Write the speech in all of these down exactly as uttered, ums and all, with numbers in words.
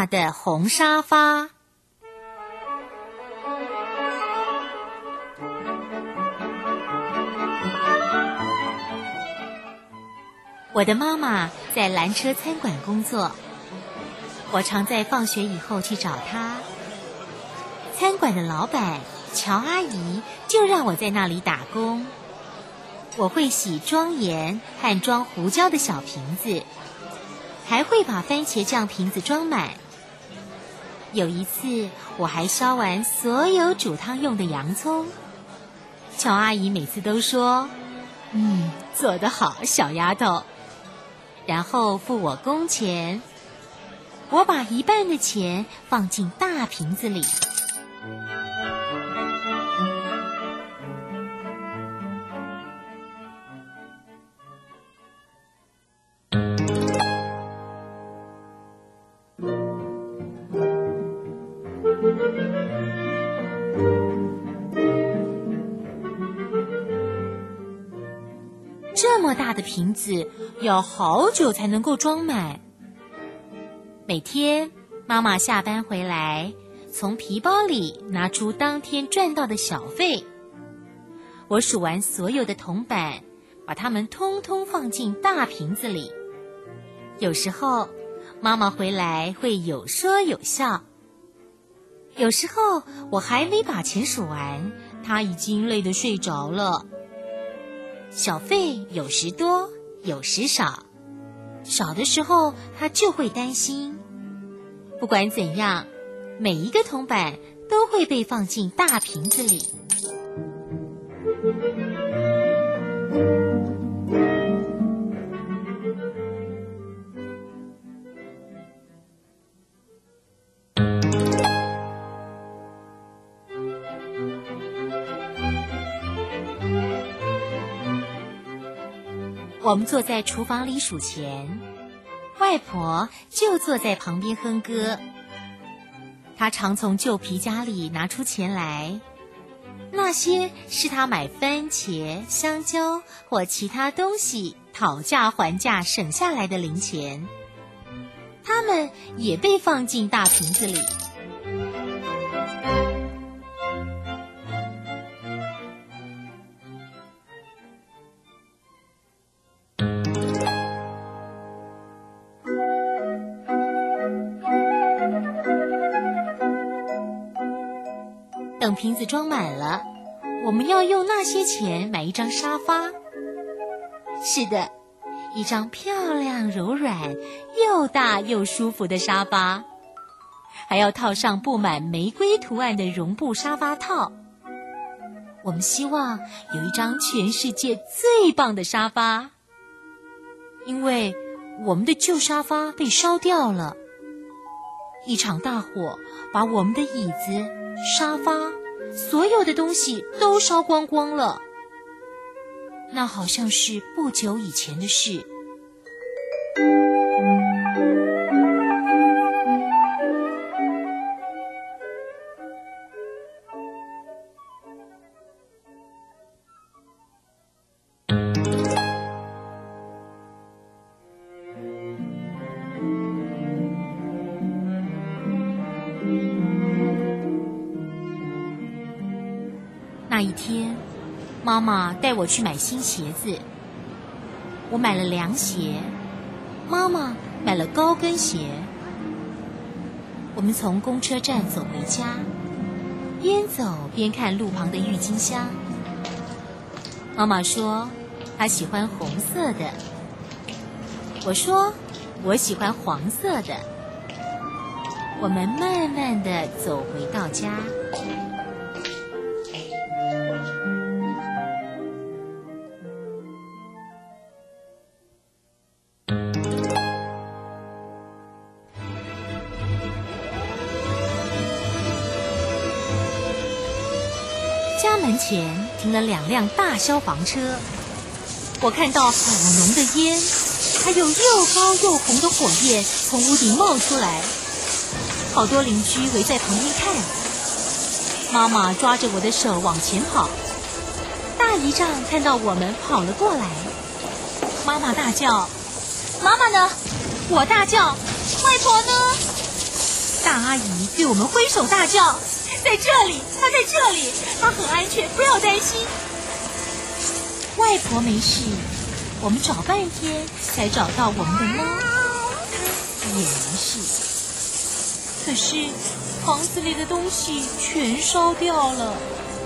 大的红沙发。我的妈妈在蓝车餐馆工作，我常在放学以后去找她。餐馆的老板乔阿姨就让我在那里打工。我会洗装盐和装胡椒的小瓶子，还会把番茄酱瓶子装满。有一次，我还削完所有煮汤用的洋葱。乔阿姨每次都说：“嗯，做得好，小丫头。”然后付我工钱。我把一半的钱放进大瓶子里。这么大的瓶子要好久才能够装满。每天妈妈下班回来，从皮包里拿出当天赚到的小费。我数完所有的铜板，把它们通通放进大瓶子里。有时候妈妈回来会有说有笑，有时候我还没把钱数完，她已经累得睡着了。小费有时多，有时少，少的时候他就会担心。不管怎样，每一个铜板都会被放进大瓶子里。我们坐在厨房里数钱，外婆就坐在旁边哼歌。她常从旧皮夹里拿出钱来，那些是她买番茄、香蕉或其他东西讨价还价省下来的零钱，它们也被放进大瓶子里。等瓶子装满了，我们要用那些钱买一张沙发。是的，一张漂亮、柔软、又大又舒服的沙发，还要套上布满玫瑰图案的绒布沙发套。我们希望有一张全世界最棒的沙发，因为我们的旧沙发被烧掉了。一场大火把我们的椅子、沙发，所有的东西都烧光光了。那好像是不久以前的事。那一天，妈妈带我去买新鞋子。我买了凉鞋，妈妈买了高跟鞋。我们从公车站走回家，边走边看路旁的郁金香。妈妈说她喜欢红色的，我说我喜欢黄色的。我们慢慢地走回到家。家门前停了两辆大消防车，我看到好浓的烟，还有又高又红的火焰从屋顶冒出来。好多邻居围在旁边看。妈妈抓着我的手往前跑，大姨丈看到我们跑了过来。妈妈大叫：“妈妈呢？”我大叫：“外婆呢？” 大阿姨对我们挥手大叫：“在这里，她在这里，她很安全，不要担心。”外婆没事，我们找半天才找到我们的猫，它也没事。可是房子里的东西全烧掉了。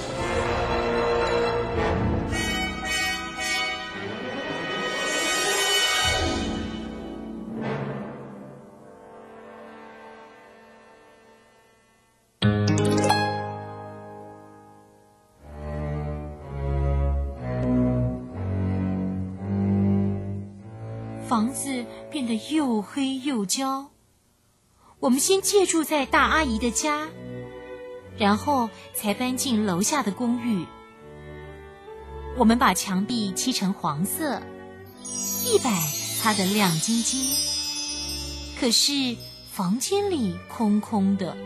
房子变得又黑又焦。我们先借住在大阿姨的家，然后才搬进楼下的公寓。我们把墙壁漆成黄色，地板擦得亮晶晶。可是房间里空空的。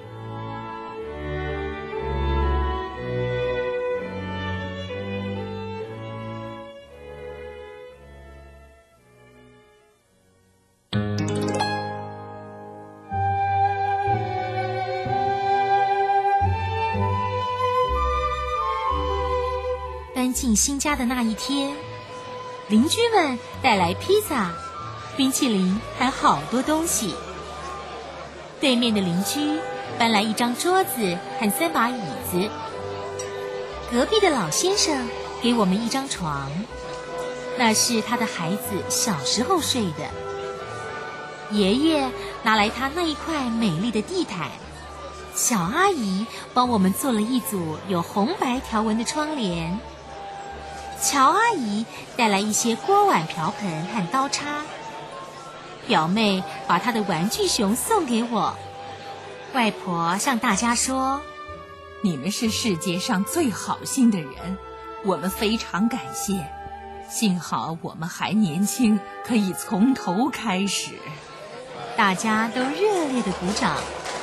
搬进新家的那一天，邻居们带来披萨、冰淇淋和好多东西。对面的邻居搬来一张桌子和三把椅子。隔壁的老先生给我们一张床，那是他的孩子小时候睡的。爷爷拿来他那一块美丽的地毯，小阿姨帮我们做了一组有红白条纹的窗帘。乔阿姨带来一些锅碗瓢盆和刀叉。表妹把她的玩具熊送给我。外婆向大家说：“ 你们是世界上最好心的人，我们非常感谢。幸好我们还年轻，可以从头开始。” 大家都热烈地鼓掌。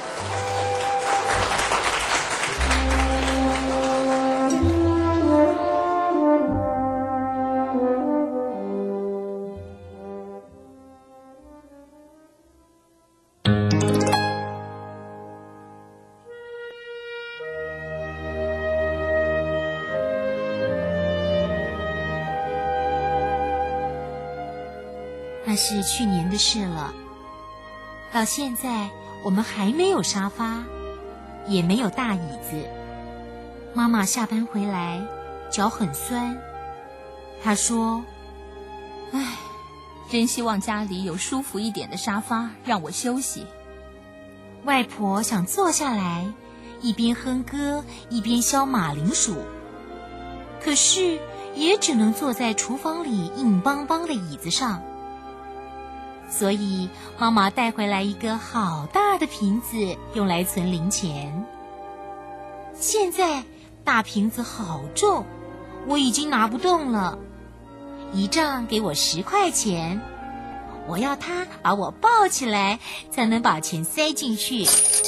那是去年的事了。到现在我们还没有沙发，也没有大椅子。妈妈下班回来脚很酸，她说：“ 唉，真希望家里有舒服一点的沙发让我休息。” 外婆想坐下来一边哼歌一边削马铃薯，可是也只能坐在厨房里硬邦邦的椅子上。所以妈妈带回来一个好大的瓶子，用来存零钱。现在大瓶子好重，我已经拿不动了。姨丈给我十块钱，我要他把我抱起来，才能把钱塞进去。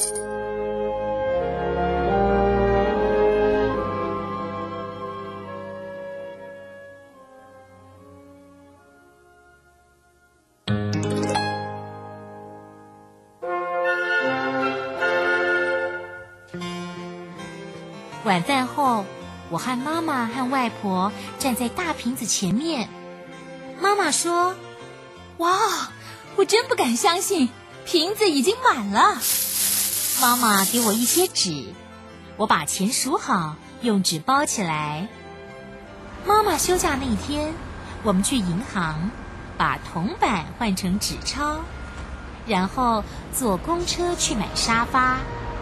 晚饭后，我和妈妈和外婆站在大瓶子前面。妈妈说：“ 哇，我真不敢相信，瓶子已经满了。” 妈妈给我一些纸，我把钱数好，用纸包起来。妈妈休假那天，我们去银行，把铜板换成纸钞，然后坐公车去买沙发。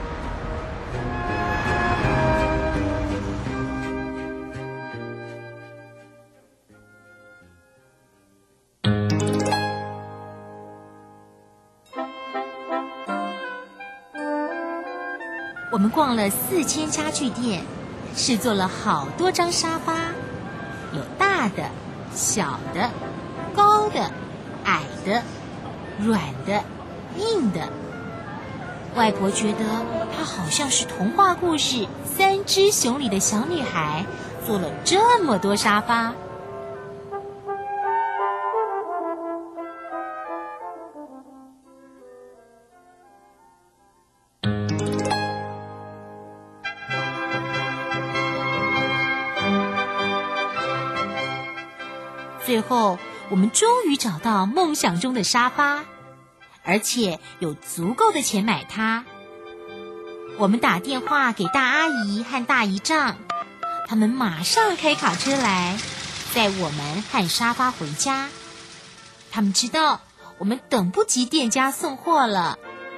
我们逛了四间家具店，试坐了好多张沙发，有大的、小的、高的、矮的、软的、硬的。外婆觉得她好像是童话故事《三只熊》里的小女孩，坐了这么多沙发。 后，我们终于找到梦想中的沙发，而且有足够的钱买它。我们打电话给大阿姨和大姨丈，他们马上开卡车来，载我们和沙发回家。他们知道我们等不及店家送货了。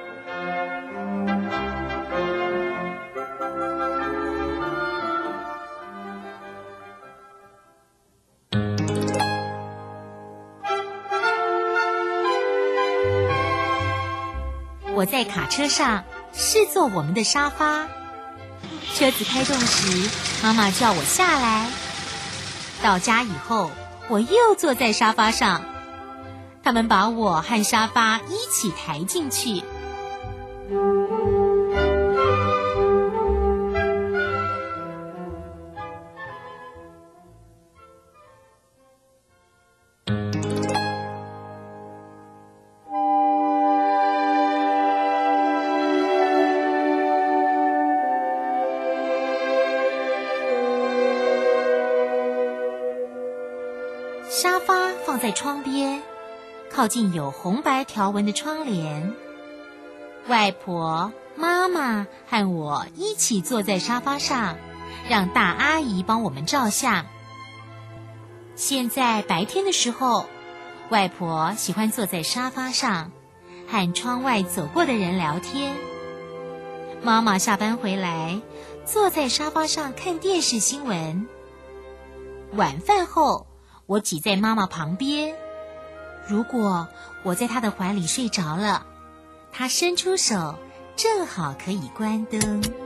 我在卡车上试坐我们的沙发，车子开动时，妈妈叫我下来。到家以后，我又坐在沙发上，他们把我和沙发一起抬进去。沙发放在窗边，靠近有红白条纹的窗帘。外婆、妈妈和我一起坐在沙发上，让大阿姨帮我们照相。现在白天的时候，外婆喜欢坐在沙发上，和窗外走过的人聊天。妈妈下班回来，坐在沙发上看电视新闻。晚饭后，我挤在妈妈旁边，如果我在她的怀里睡着了，她伸出手，正好可以关灯。